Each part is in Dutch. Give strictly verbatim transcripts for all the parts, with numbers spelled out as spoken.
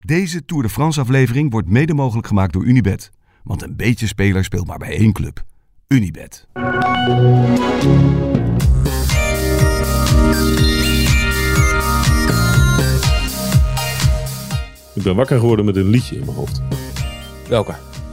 Deze Tour de France aflevering wordt mede mogelijk gemaakt door Unibet. Want een beetje speler speelt maar bij één club. Unibet. Ik ben wakker geworden met een liedje in mijn hoofd. Welke?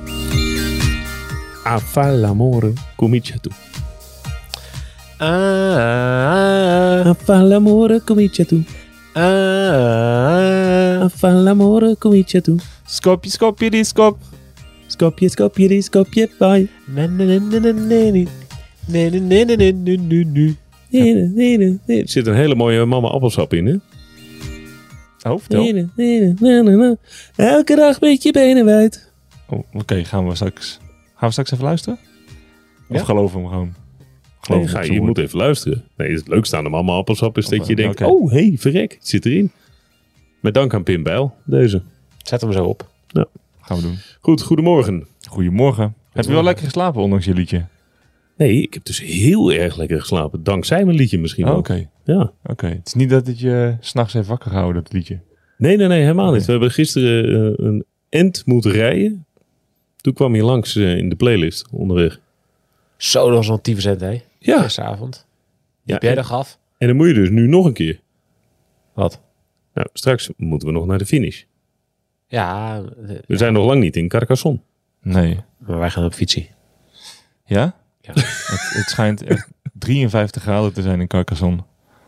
A fa l'amore comincia tu. Ah, ah, A fa l'amore comincia tu. ah, ah. A fa l'amore comincia tu. Skopje, skopje, die skop. Skopje, skopje, die skopje, bye. Nee, nee, nee, nee, nee, nee. Nee, nee, nee, nee, nee, nee, nee. Nee, nee, nee, nee. Er zit een hele mooie mama appelsap in, hè? Oh, vertel. Nee, nee, nee, nee, nee, nee. Elke dag met je benen wijd. Oh, Oké, okay, gaan we straks gaan we straks even luisteren? Of Ja? geloven we hem gewoon? Geloof Nee, hem ga, op je zijn moet woord. even luisteren. Nee, het leukste aan de mama appelsap is dat Of, je uh, denkt... oké. Oh, hé, hey, verrek, het zit erin. Met dank aan Pim Bijl, deze. Zet hem zo op. Gaan we doen. Goed, goedemorgen. Goedemorgen. Heb je wel lekker geslapen ondanks je liedje? Nee, ik heb dus heel erg lekker geslapen. Dankzij mijn liedje misschien Oh, wel. Oké, Ja. oké. Het is niet dat het je s'nachts heeft wakker gehouden, dat liedje. Nee, nee, nee, helemaal Oké. niet. We hebben gisteren uh, een end moeten rijden. Toen kwam hij langs uh, in de playlist onderweg. Zo, dat was een tien procent, hè? Ja. Gisteravond. Ja, Heb jij en, er gaf? en dan moet je dus nu nog een keer. Wat? Nou, straks moeten we nog naar de finish. Ja, de- We zijn nog lang niet in Carcassonne. Nee. maar wij gaan op fietsie. Ja? Ja. Het, het schijnt echt drieënvijftig graden te zijn in Carcassonne.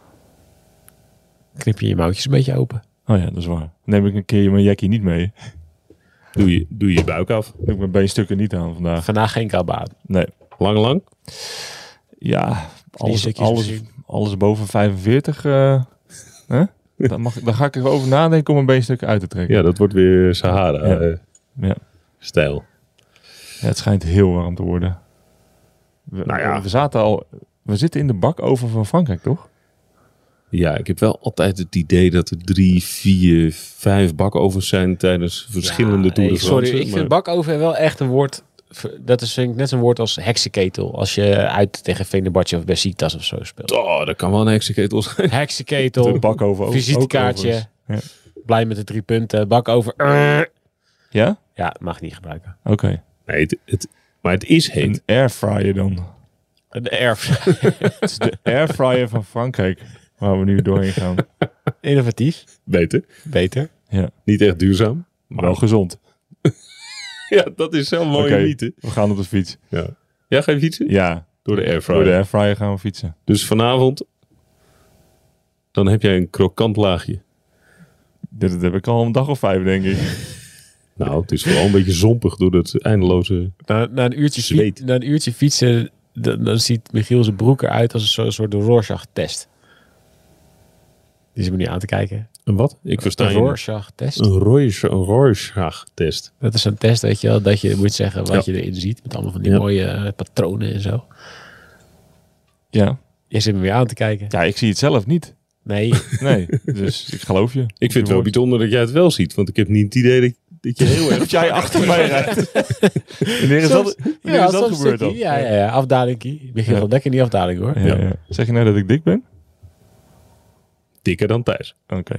Knip je je mouwtjes een beetje open. Oh ja, dat is waar. Neem ik een keer mijn jackie niet mee. Doe je, doe je buik af. Doe ik mijn beenstukken niet aan vandaag. Vandaag geen kabaan. Nee. Lang, lang. Ja, alles, stukjes alles, misschien. alles boven vijfenveertig. Uh, hè? Daar, mag, daar ga ik even over nadenken om een beenstukken uit te trekken. Ja, dat wordt weer Sahara Ja. uh, Ja. stijl. Ja, het schijnt heel warm te worden. We, Nou ja. we zaten al... We zitten in de bakoven van Frankrijk, toch? Ja, ik heb wel altijd het idee dat er drie, vier, vijf bakovens zijn tijdens verschillende Ja, Tour de nee, France. sorry, ik maar- vind bakoven wel echt een woord. Dat is vind ik net zo'n woord als heksenketel. Als je uit tegen Fenerbahce of Besiktas of zo speelt. Oh, dat kan wel een heksenketel zijn. Heksenketel, De bakoven ook- visitekaartje. ook overigens. blij met de drie punten, bakoven. Uh. Ja? Ja, mag ik niet gebruiken. Oké. Okay. Nee, het, het, maar het is heet. Een airfryer dan. Een erf. Het is de airfryer van Frankrijk. Waar we nu doorheen gaan. Innovatief. Beter. Beter. Ja. Niet echt duurzaam. Maar wel gezond. Ja, dat is zo'n mooie Oké, mythe. we gaan op de fiets. Ja. Ja, ga je fietsen? Ja. Door de airfryer. Door de airfryer gaan we fietsen. Dus vanavond, dan heb jij een krokant laagje. Dit, dit heb ik al een dag of vijf, denk ik. Nou, het is vooral een beetje zompig door het eindeloze... Na, na, een, uurtje Zweet. fiet, na een uurtje fietsen, dan, dan ziet Michiel zijn broek eruit als een soort, soort Rorschach-test. Die is me niet aan te kijken. Een wat? Ik versta Een je. niet. Rorschach-test. Een Rorsch- een Rorschach-test. Dat is een test, weet je wel, dat je moet zeggen wat Ja. je erin ziet. Met allemaal van die Ja. mooie uh, patronen en zo. Ja. Je zit me weer aan te kijken. Ja, ik zie het zelf niet. Nee, Nee, dus ik geloof je. Ik vind het wel bijzonder dat jij het wel ziet. Want ik heb niet het idee dat, dat je heel erg... Dat jij achter mij rijdt. Wanneer is dat, wanneer is dat soms gebeurd stukje. dan? Ja, ja, ja, afdalingkie. Ik begin Ja. wel lekker in die afdaling hoor. Ja, Ja. ja. Zeg je nou dat ik dik ben? dikker dan Thijs. Oké.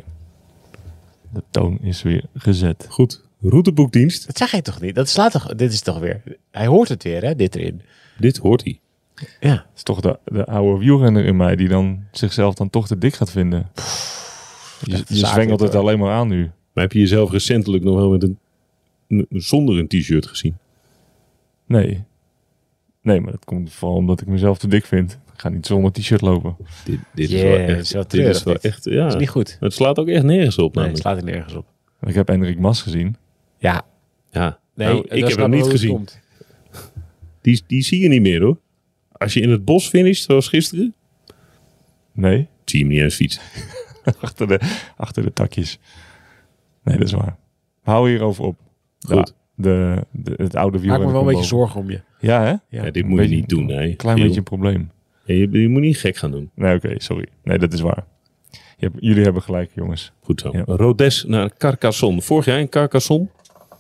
De toon is weer gezet. Goed. Routeboekdienst. Dat zeg je toch niet? Dat slaat toch, dit is toch weer... Hij hoort het weer, hè, dit erin. Dit hoort hij. Ja. Het is toch de, de oude wielrenner in mij die dan zichzelf dan toch te dik gaat vinden. Je, echt je zakelijk, zwengelt het hoor. alleen maar aan nu. Maar heb je jezelf recentelijk nog wel met een, m- zonder een t-shirt gezien? Nee. Nee, maar dat komt vooral omdat ik mezelf te dik vind. Ik ga niet zonder t-shirt lopen. Dit, dit Yeah, is wel dat echt... is wel dit treurig, is wel dit. echt... Ja. Dat is niet goed. Het slaat ook echt nergens op. Nee, namelijk. het slaat er nergens op. Ik heb Enric Mas gezien. Ja. Ja. Nee, Nou, dat ik is heb hem nou niet hoe het gezien. komt. Die, die zie je niet meer hoor. Als je in het bos finisht, zoals gisteren, Nee. zie je hem niet eens fietsen. achter, de, achter de takjes. Nee, dat is waar. We houden hierover op. Goed. De, de, het oude Maak wielrenner me wel een komt beetje boven. zorgen om je. Ja, hè? Ja. Ja, dit Een moet je beetje- niet doen. Nee. Een klein Giel. beetje een probleem. Ja, je, je moet niet gek gaan doen. Nee, oké, sorry. Nee, dat is waar. Je hebt, jullie hebben gelijk, jongens. Goed zo. Ja. Rodes naar Carcassonne. Vorig jaar in Carcassonne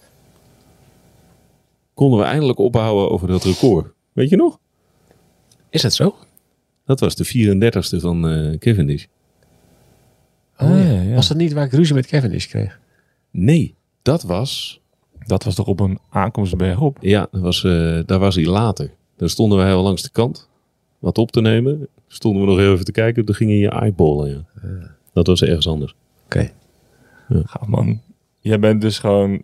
konden we eindelijk ophouden over dat record. Weet je nog? Is dat zo? Dat was de vierendertigste van eh Cavendish. Oh, Ah, ja. ja, ja. Was dat niet waar ik ruzie met Cavendish kreeg? Nee. Dat was... Dat was toch op een aankomstberg op? Ja, dat was, uh, daar was hij later. Daar stonden wij al langs de kant. Wat op te nemen. Stonden we nog heel even te kijken. Toen ging je je eyeballen. Ja. Uh. Dat was ergens anders. Oké. Okay. Ja. Gaaf, man. Jij bent dus gewoon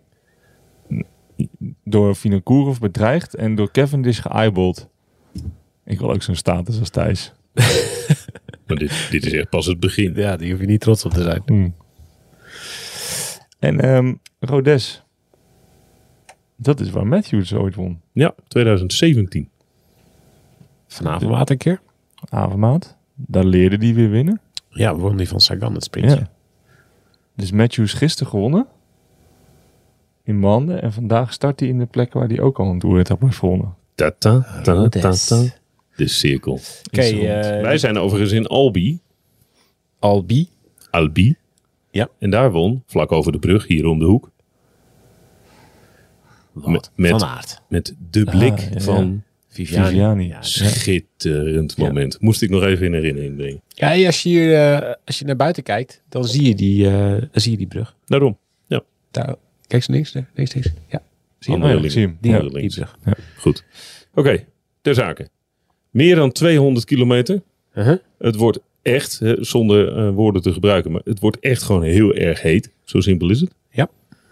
door Vinokourov bedreigd en door Cavendish geeyeballed. Ik wil ook zo'n status als Thijs. Maar dit, dit is echt pas het begin. Ja, die hoef je niet trots op te zijn. Hmm. En um, Rodes. Dat is waar Matthews ooit won. Ja, twintig zeventien. Vanavond later een keer. Avermaat. Daar leerde die weer winnen. Ja, won die van Sagan het sprintje. Ja. Dus Matthews gisteren gewonnen. In Mande. En vandaag start hij in de plek waar hij ook al een toerrit heeft gewonnen. Ta ta ta ta ta. De cirkel. Okay, uh, Wij zijn overigens in Albi. Albi? Albi. Ja. En daar won, vlak over de brug, hier om de hoek. Met, met, van Aert. Met de blik ah, ja, van Viviani. Viviani. Ja, schitterend ja. moment. Moest ik nog even in herinnering brengen. Ja, als je, hier, uh, als je naar buiten kijkt, dan zie je die, uh, dan zie je die brug. Daarom. Ja. Daar, kijk eens links, links, links. Ja. Zie je hem? Oh, zie hem. Die, ja, die links. brug. Ja. Goed. Oké, okay, ter zake. Meer dan tweehonderd kilometer. Uh-huh. Het wordt echt, hè, zonder uh, woorden te gebruiken, maar het wordt echt gewoon heel erg heet. Zo simpel is het. Ja.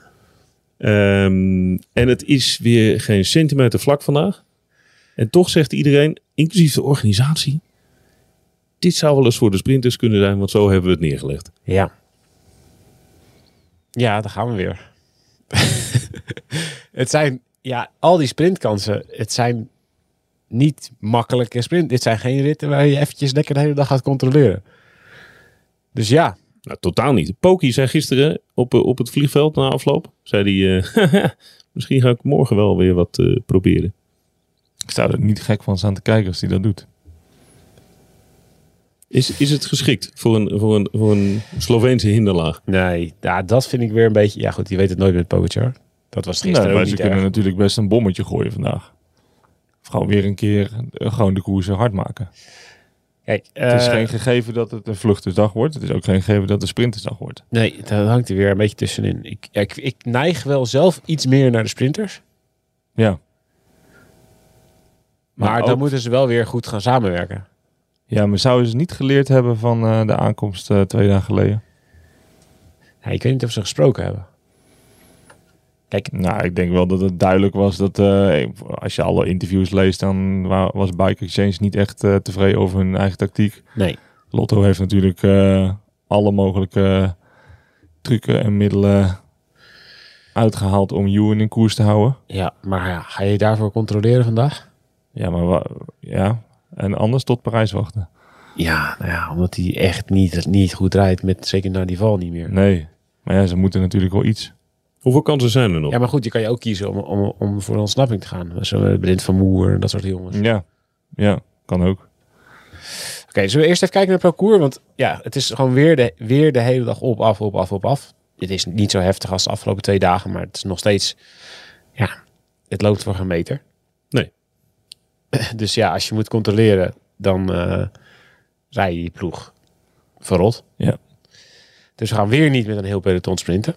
Um, en het is weer geen centimeter vlak vandaag. En toch zegt iedereen, inclusief de organisatie, dit zou wel eens voor de sprinters kunnen zijn, want zo hebben we het neergelegd. Ja. Ja, daar gaan we weer. Het zijn, ja, al die sprintkansen, het zijn niet makkelijke sprint. Dit zijn geen ritten waar je eventjes lekker de hele dag gaat controleren. Dus ja. Nou, totaal niet. Poki zei gisteren op, op het vliegveld na afloop, zei hij, uh, misschien ga ik morgen wel weer wat uh, proberen. Ik sta er niet gek van staan te kijken als hij dat doet. Is, is het geschikt voor een, voor, een, voor een Sloveense hinderlaag? Nee, ja, dat vind ik weer een beetje... Ja goed, je weet het nooit met Pogacar. Dat was gisteren nee, ook maar niet ze kunnen erg. natuurlijk best een bommetje gooien vandaag. Of gewoon weer een keer uh, gewoon de koersen hard maken. Kijk, uh, het is geen gegeven dat het een vluchtersdag wordt. Het is ook geen gegeven dat het een sprintersdag wordt. Nee, dat hangt er weer een beetje tussenin. Ik, ja, ik, ik neig wel zelf iets meer naar de sprinters. Ja. Maar, maar dan ook, moeten ze wel weer goed gaan samenwerken. Ja, maar zouden ze niet geleerd hebben van uh, de aankomst uh, twee dagen geleden? Ja, ik weet niet of ze gesproken hebben. Kijk, nou, ik denk wel dat het duidelijk was dat uh, als je alle interviews leest, dan was Bike Exchange niet echt uh, tevreden over hun eigen tactiek. Nee. Lotto heeft natuurlijk uh, alle mogelijke trucken en middelen uitgehaald om Ewan in koers te houden. Ja, maar ja, ga je daarvoor controleren vandaag? Ja, maar wa- ja, en anders tot Parijs wachten. Ja, nou ja, omdat hij echt niet, niet goed rijdt, met zeker na die val niet meer. Nee, maar ja, ze moeten natuurlijk wel iets. Hoeveel kansen zijn er nog? Ja, maar goed, je kan je ook kiezen om, om, om voor een ontsnapping te gaan. Zo Brent van Moer, dat soort jongens. Ja, ja, kan ook. Oké, okay, zullen we eerst even kijken naar het parcours? Want ja, het is gewoon weer de, weer de hele dag op, af, op, af, op, af. Het is niet zo heftig als de afgelopen twee dagen, maar het is nog steeds... Ja, het loopt voor geen meter. Nee. Dus ja, als je moet controleren, dan uh, rij je die ploeg verrot. Ja. Dus we gaan weer niet met een heel peloton sprinten.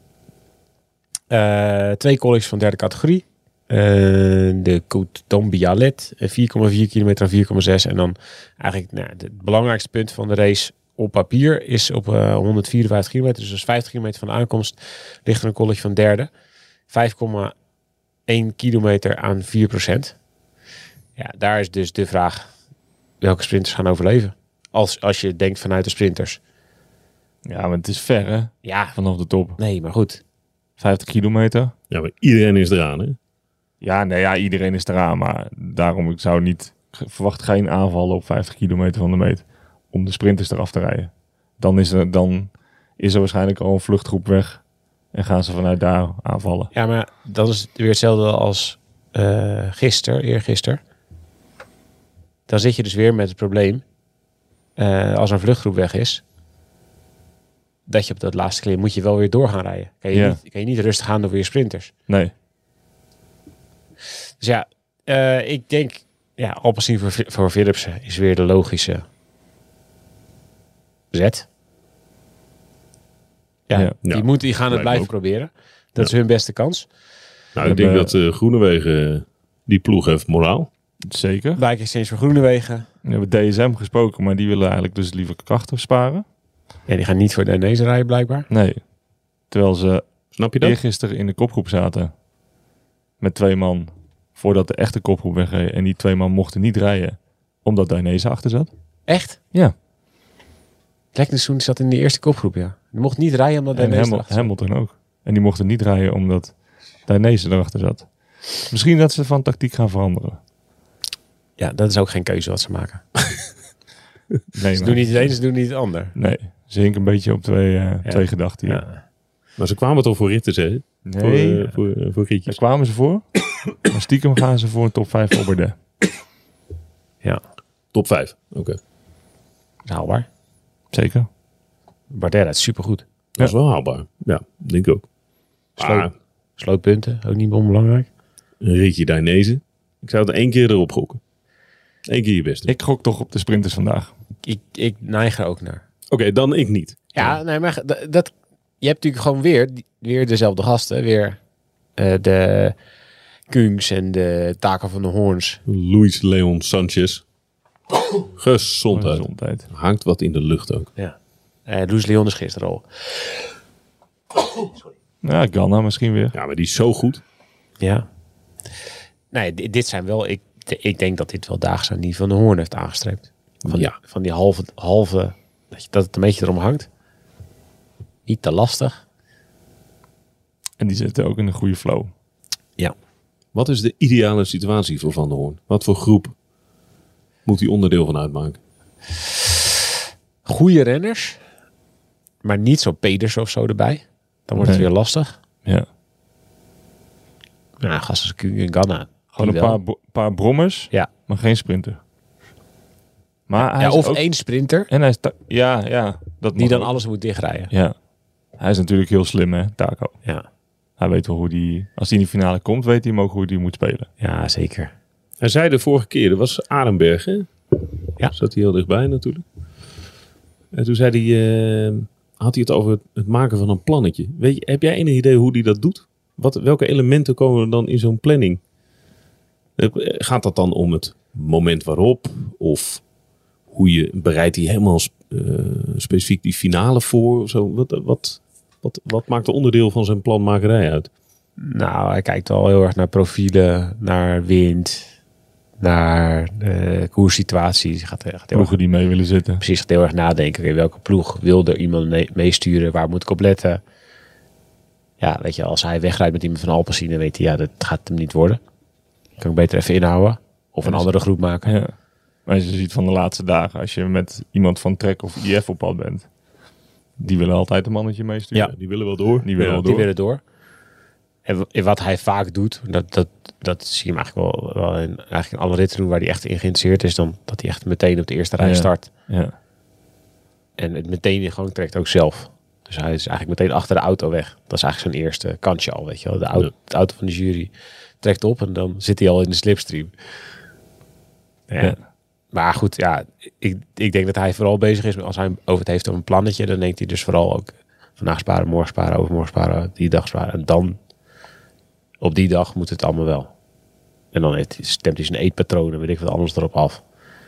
Uh, twee colleges van derde categorie. Uh, de Côte d'Ambialet, vier komma vier kilometer en vier komma zes. En dan eigenlijk nou, het belangrijkste punt van de race op papier is op uh, honderdvierenvijftig kilometer. Dus, dus vijftig kilometer van de aankomst ligt er een college van derde. vijf komma één kilometer aan vier procent. Ja, daar is dus de vraag welke sprinters gaan overleven. Als, als je denkt vanuit de sprinters. Ja, maar het is ver, hè? Ja. Vanaf de top. Nee, maar goed. vijftig kilometer. Ja, maar iedereen is eraan, hè? Ja, nee, ja, iedereen is eraan. Maar daarom, ik zou niet... Verwacht geen aanvallen op vijftig kilometer van de meet. Om de sprinters eraf te rijden. Dan is er, dan is er waarschijnlijk al een vluchtgroep weg. En gaan ze vanuit daar aanvallen. Ja, maar dat is weer hetzelfde als uh, gisteren, eergisteren. Dan zit je dus weer met het probleem. Uh, als een vluchtgroep weg is. Dat je op dat laatste klim moet je wel weer door gaan rijden. Kan je, ja. niet, kan je niet rustig gaan door weer sprinters. Nee. Dus ja, uh, ik denk... Ja, Alpecin voor, voor Philipsen is weer de logische zet. Ja, ja. Die, moet, die gaan het Lijkt blijven ook. proberen. Dat is hun beste kans. Nou, ik denk dat uh, Groenewegen, die ploeg heeft moraal. Zeker. Bike Exchange voor Groenewegen. We hebben D S M gesproken, maar die willen eigenlijk dus liever krachten sparen. Ja, die gaan niet voor de Dainese rijden blijkbaar. Nee. Terwijl ze Snap je dat? eergisteren in de kopgroep zaten. Met twee man. Voordat de echte kopgroep wegreed. En die twee man mochten niet rijden. Omdat Dainese achter zat. Echt? Ja. Leknessoen zat in de eerste kopgroep, ja. Die mocht niet rijden omdat En Dainese Hamil- erachter zat. Hamilton ook. En die mochten niet rijden omdat Dainese erachter zat. Misschien dat ze van tactiek gaan veranderen. Ja, dat is ook geen keuze wat ze maken. Nee, Ze maar- doen niet het een, ze doen niet het ander. Nee, ze hinken een beetje op twee, uh, Ja. twee gedachten hier. Ja. Maar ze kwamen toch voor ritten, hè? Nee, Voor, uh, voor, uh, voor daar ritjes. kwamen ze voor. Maar stiekem gaan ze voor een top vijf op Bardet. Ja, Top vijf. Oké. Okay. dat is haalbaar. Zeker. Bardet rijdt supergoed. Dat is wel haalbaar. Ja, denk ik ook. Sloot, Maar sloot punten, ook niet onbelangrijk. een ritje Dainese. Ik zou het één keer erop gokken. Eén keer je beste. Ik gok toch op de sprinters vandaag. Ik, ik neig er ook naar. Oké, okay, dan ik niet. Ja, nee, maar dat, dat, je hebt natuurlijk gewoon weer, weer dezelfde gasten. Weer uh, de Kungs en de Taken van de Hoorns. Luis Leon Sanchez. Gezondheid. Gezondheid. Hangt wat in de lucht ook. Ja. Uh, Luis Leon is gisteren al. Ja, Ganna misschien weer. Ja, maar die is zo goed. Ja. Nee, dit, dit zijn wel... Ik, ik denk dat dit wel dagen zijn die Van de Hoorn heeft aangestreept. Van, Ja. van die halve... halve dat, je, dat het een beetje erom hangt. Niet te lastig. En die zitten ook in een goede flow. Ja. Wat is de ideale situatie voor Van der Hoorn? Wat voor groep moet hij onderdeel van uitmaken? Goede renners. Maar niet zo Peders of zo erbij. Dan wordt het Nee. weer lastig. Ja. Nou, gasten als Kung en Ganna. Gewoon die een wel. paar, bo- paar brommers, Ja. maar geen sprinter. Maar hij Ja, is of ook... één sprinter En hij is... ta- Ja, ja. Dat die mag dan ook. alles moet dichtrijden. Ja. Hij is natuurlijk heel slim, hè, Taco. Ja. Hij weet wel hoe die... Als hij in de finale komt, weet hij hem ook hoe hij moet spelen. Ja, zeker. Hij zei de vorige keer, dat was Arenberg, hè? Ja. Zat hij heel dichtbij natuurlijk. En toen zei hij, uh, had hij het over het, het maken van een plannetje. Weet je, heb jij enig idee hoe hij dat doet? Wat, welke elementen komen er dan in zo'n planning? Uh, Gaat dat dan om het moment waarop? Of hoe je bereidt hij helemaal uh, specifiek die finale voor? Of zo? Wat, wat, wat, wat maakt de onderdeel van zijn planmakerij uit? Nou, hij kijkt wel heel erg naar profielen, naar wind, naar de koerssituaties. Hij gaat, gaat heel erg, Ploegen die mee willen zitten. precies gaat heel erg nadenken. Okay, welke ploeg wil er iemand mee, meesturen? Waar moet ik op letten? Ja, weet je, als hij wegrijdt met iemand van Alpecin, dan weet hij, ja, dat gaat hem niet worden. Kan ik beter even inhouden. Of een dus- andere groep maken. Ja. Maar als je ziet van de laatste dagen, als je met iemand van Trek of I F op pad bent, die willen altijd een mannetje meesturen. Ja. Die willen wel door. Die willen wel Die door. willen door. En w- en wat hij vaak doet, dat, dat, dat zie je hem eigenlijk wel, wel in, eigenlijk in alle ritten doen waar hij echt in geïnteresseerd is, dan dat hij echt meteen op de eerste rij Ja. start. Ja. En het meteen in gang trekt ook zelf. Dus hij is eigenlijk meteen achter de auto weg. Dat is eigenlijk zijn eerste kansje al, weet je wel. De auto, Ja. de auto van de jury trekt op en dan zit hij al in de slipstream. Ja. Ja. Maar goed, ja, ik, ik denk dat hij vooral bezig is met, als hij over het heeft over een plannetje, dan denkt hij dus vooral ook vandaag sparen, morgen sparen, overmorgen sparen, die dag sparen. En dan, op die dag moet het allemaal wel. En dan heeft, stemt hij zijn eetpatronen, weet ik wat anders erop af.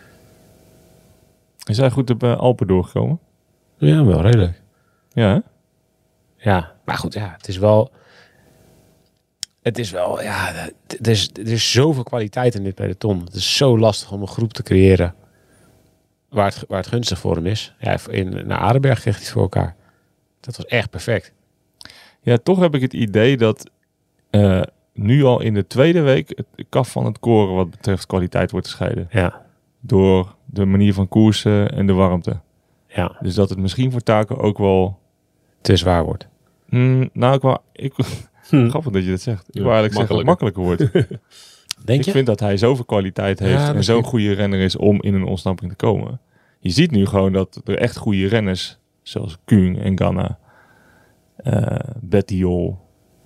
Is hij goed op uh, Alpen doorgekomen? Ja, wel redelijk. Ja, hè? Ja, maar goed, ja, het is wel... Het is wel, ja, er is, er is zoveel kwaliteit in dit peloton. Het is zo lastig om een groep te creëren waar het, waar het gunstig voor hem is. Ja, in, naar Arenberg kreeg hij het voor elkaar. Dat was echt perfect. Ja, toch heb ik het idee dat uh, nu al in de tweede week het kaf van het koren wat betreft kwaliteit wordt gescheiden. Ja, Door de manier van koersen en de warmte. ja, Dus dat het misschien voor Taco ook wel... te zwaar wordt. Mm, nou, ik wou... Ik, Hm. grappig dat je dat zegt. Ik Ja, wou eigenlijk zeggen dat het makkelijker wordt. Denk Ik je? vind dat hij zoveel kwaliteit heeft Ja, en misschien. zo'n goede renner is om in een ontsnapping te komen. Je ziet nu gewoon dat er echt goede renners, zoals Kuhn en Ganna, uh, Bettiol,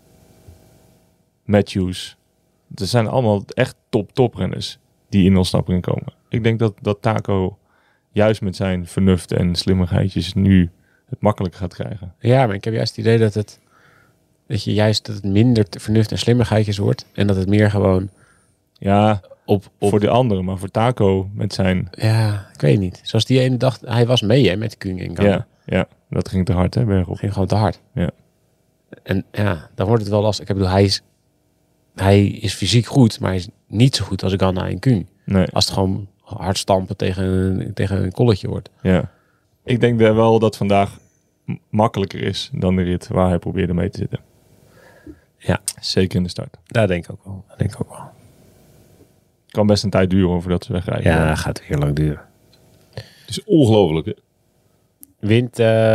Matthews. Er zijn allemaal echt top top renners die in ontsnappingen komen. Ik denk dat, dat Taco juist met zijn vernuft en slimmigheidjes nu het makkelijk gaat krijgen. Ja, maar ik heb juist het idee dat het... Dat je juist dat het minder te vernuft en slimmigheidjes wordt. En dat het meer gewoon Ja, op... op voor de anderen, maar voor Taco met zijn... ja, ik weet niet. Zoals die ene dag, hij was mee hè, met Kung en Ganna. Ja, ja, dat ging te hard, hè, bergop. Ging gewoon te hard. Ja. En ja, dan wordt het wel lastig. Ik bedoel, hij is, hij is fysiek goed, maar hij is niet zo goed als Ganna en Kung. Nee, Als het gewoon hard stampen tegen een, tegen een kolletje wordt. ja. Ik denk dat wel dat vandaag m- makkelijker is dan de rit waar hij probeerde mee te zitten. Ja. Zeker in de start. Daar denk ik ook wel. Dat denk ik ook wel. Kan best een tijd duren hoor, voordat ze wegrijden. Ja, gaat weer lang duren. Het is ongelooflijk. Hè? Wind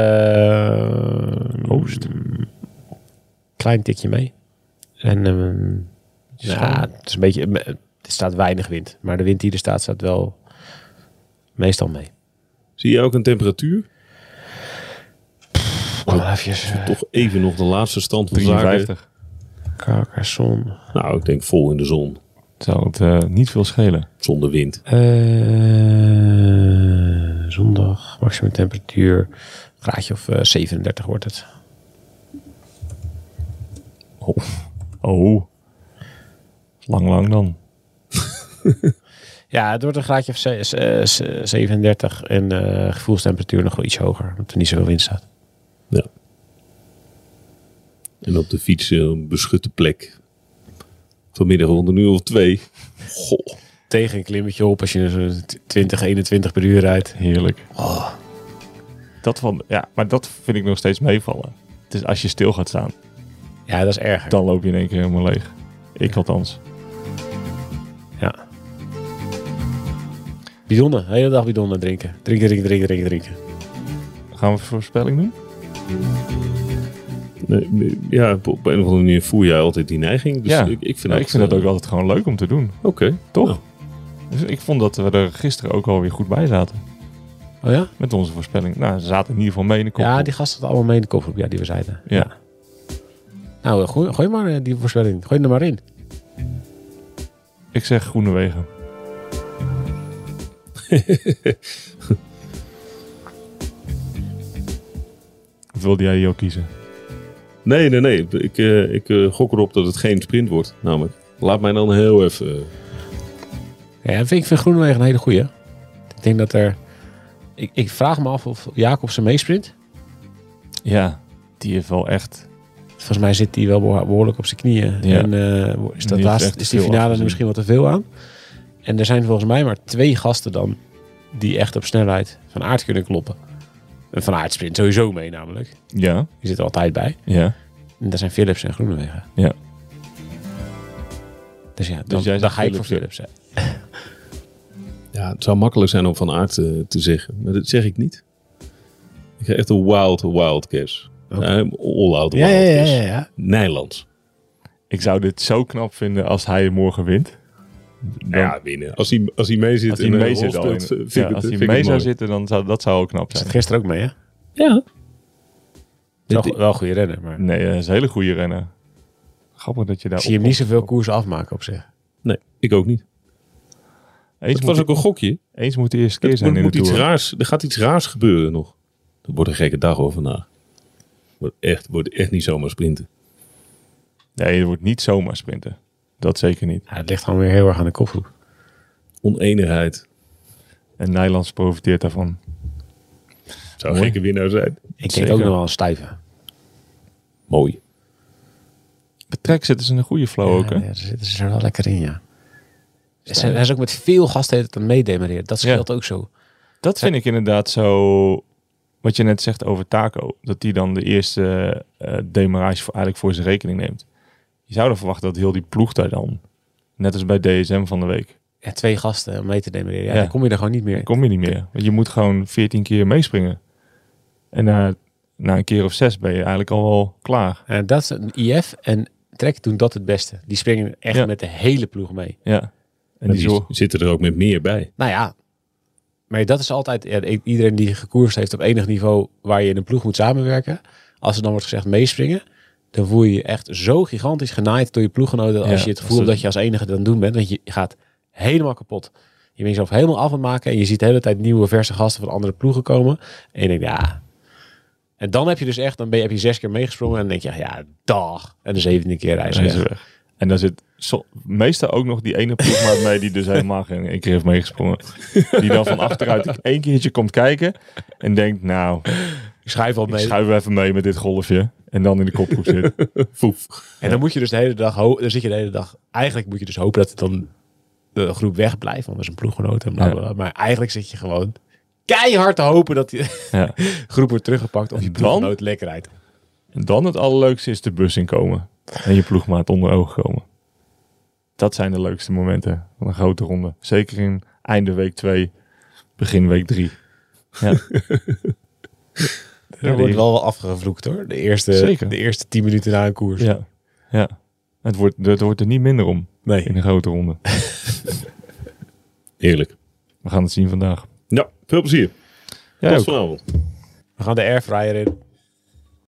uh, Oost. Klein tikje mee. En um, ja, het is een beetje, er staat weinig wind. Maar de wind die er staat, staat wel meestal mee. Zie je ook een temperatuur? Oh, eventjes, uh, Toch even nog de laatste stand van zaken. drieënvijftig. Carcassonne. Nou, ik denk vol in de zon. Zou het uh, niet veel schelen. Zonder wind. Uh, zondag, maximum temperatuur. Graadje of uh, zevenendertig wordt het. Oh. oh. Lang, lang dan. Ja, het wordt een graadje of ze- ze- ze- zevenendertig en uh, gevoelstemperatuur nog wel iets hoger. Omdat er niet zoveel wind staat. Ja. En op de fiets uh, een beschutte plek. Vanmiddag rond een uur of twee. Goh. Tegen een klimmetje op als je zo'n twintig, eenentwintig per uur rijdt. Heerlijk. Dat van, ja, maar dat vind ik nog steeds meevallen. Het is als je stil gaat staan, Ja, dat is erger. dan loop je in één keer helemaal leeg. Ik althans. Ja. Bidonnen, de hele dag bidonnen drinken. Drinken, drinken, drinken, drinken, drinken. Gaan we een voorspelling doen? Nee, nee, ja, op op een of andere manier voel jij altijd die neiging. Dus ja, ik, ik vind, Ja, dat, ik vind dat uh, ook altijd gewoon leuk om te doen. Oké. Toch? Nou, Dus ik vond dat we er gisteren ook alweer goed bij zaten. Oh ja? Met onze voorspelling. Nou, ze zaten in ieder geval mee in de kop. Ja, die gasten hadden allemaal mee in de kopgroep, ja, die we zeiden. Ja. Nou, uh, gooi, gooi maar uh, die voorspelling. Gooi er maar in. Ik zeg Groenewegen. Of wilde jij die ook kiezen? nee, nee, nee. Ik, uh, ik uh, gok erop dat het geen sprint wordt. Namelijk. Laat mij dan heel even... Uh, Ja, ik vind, ik vind Groenewegen een hele goeie. Ik denk dat er... Ik, ik vraag me af of Jacobsen meesprint. Ja, die heeft wel echt... Volgens mij zit hij wel beho- behoorlijk op zijn knieën. Ja. En uh, is, dat Die heeft laatst, echt is die veel finale er afgezien. misschien wat te veel aan. En er zijn volgens mij maar twee gasten dan... die echt op snelheid van Aert kunnen kloppen. En Van Aert sprint sowieso mee namelijk. Ja, Die zit er altijd bij. ja. En dat zijn Philips en Groenewegen. Ja. Dus ja, dan, jij dan zegt ga ik voor Philips, Philips. hè. ja, het zou makkelijk zijn om Van Aert uh, te zeggen. Maar dat zeg ik niet. Ik ga echt een wild, wild guess. Oké. Ja, all-out Ja, wild ja, ja, guess. ja, ja. Nijlands. Ik zou dit zo knap vinden als hij morgen wint. Dan, Ja, winnen. Als hij, als hij mee zit als hij en een mee rol zit al speelt, in- vind ik ja, het- als hij vind ik mee het zou mooi. zitten, dan zou dat zou ook knap Zat zijn. gisteren ook mee, hè? Ja. Wel, Dit- wel een goede renner, maar Nee, dat is een hele goede renner. Grappig dat je daar ik zie hem niet zoveel koers afmaken op zich. Nee, ik ook niet. Eens Het moet, was ook een gokje. eens moet de eerste keer Er zijn in moet de iets Tour. raars, er gaat iets raars gebeuren nog. Dat wordt een gekke dag over vandaag. Wordt echt, wordt echt niet zomaar sprinten. Nee, het wordt niet zomaar sprinten. Dat zeker niet. Ja, het ligt gewoon weer heel erg aan de kopgroep. Oneenigheid. En Nijlands profiteert daarvan. Zou een Mooi. gekke winnaar zijn. Ik Zeker. denk ook nog wel een stijve. Mooi. Bij Trek zitten ze in een goede flow ook, hè? Ja, daar zitten ze er wel lekker in, ja. Ze zijn- Hij is ook met veel gasten het aan meedemareren. Dat scheelt ook zo. Dat vind ik inderdaad zo... Wat je net zegt over Taco. Dat die dan de eerste eh demarrage voor, eigenlijk voor zijn rekening neemt. Je zou dan verwachten dat heel die ploeg daar dan... Net als bij D S M van de week. Ja, twee gasten om mee te demareren. Ja, Ja. dan kom je er gewoon niet meer. Dan kom je niet meer. Want je moet gewoon veertien keer meespringen. En na, na een keer of zes ben je eigenlijk al wel klaar. En dat is een I F en Trek doen dat het beste. Die springen echt Ja. met de hele ploeg mee. Ja. En En die die zorg... zitten er ook met meer bij. Nou ja, maar dat is altijd... Ja, iedereen die gekoerst heeft op enig niveau waar je in een ploeg moet samenwerken. Als er dan wordt gezegd meespringen, dan voel je je echt zo gigantisch genaaid door je ploeggenoten. Als Ja, je het als gevoel hebt het- dat je als enige het aan het doen bent. Want je gaat helemaal kapot. Je bent jezelf helemaal af aan het maken. En je ziet de hele tijd nieuwe verse gasten van andere ploegen komen. En je denkt, ja, En dan heb je dus echt, dan ben je, heb je zes keer meegesprongen en dan denk je, ja, dag. En de zeventiende keer reizen Reizen weg. weg. En daar zit zo, meestal ook nog die ene ploegmaat mee die dus helemaal geen één keer heeft meegesprongen. Die dan van achteruit één keertje komt kijken en denkt, nou, Ik schuif al ik mee. schuif even mee met dit golfje. En dan in de kopgroep zit. Foef. En dan moet je dus de hele dag, ho- dan zit je de hele dag, eigenlijk moet je dus hopen dat het dan de groep wegblijft, want dat is een ploeggenoot en bla, bla, bla. Maar eigenlijk zit je gewoon keihard te hopen dat die Ja. groep wordt teruggepakt of je Dan? ploeggenoot lekker rijdt. En dan het allerleukste is de bus inkomen. En je ploegmaat onder ogen komen. Dat zijn de leukste momenten van een grote ronde. Zeker in einde week twee, begin week drie. Ja. Er wordt wel wel afgevloekt hoor. De eerste, Zeker. de eerste tien minuten na een koers. Ja. ja. Het, wordt, het wordt er niet minder om Nee. in een grote ronde. Heerlijk. We gaan het zien vandaag. Ja, veel plezier. Ja, Tot ook. vanavond. We gaan de airfryer in.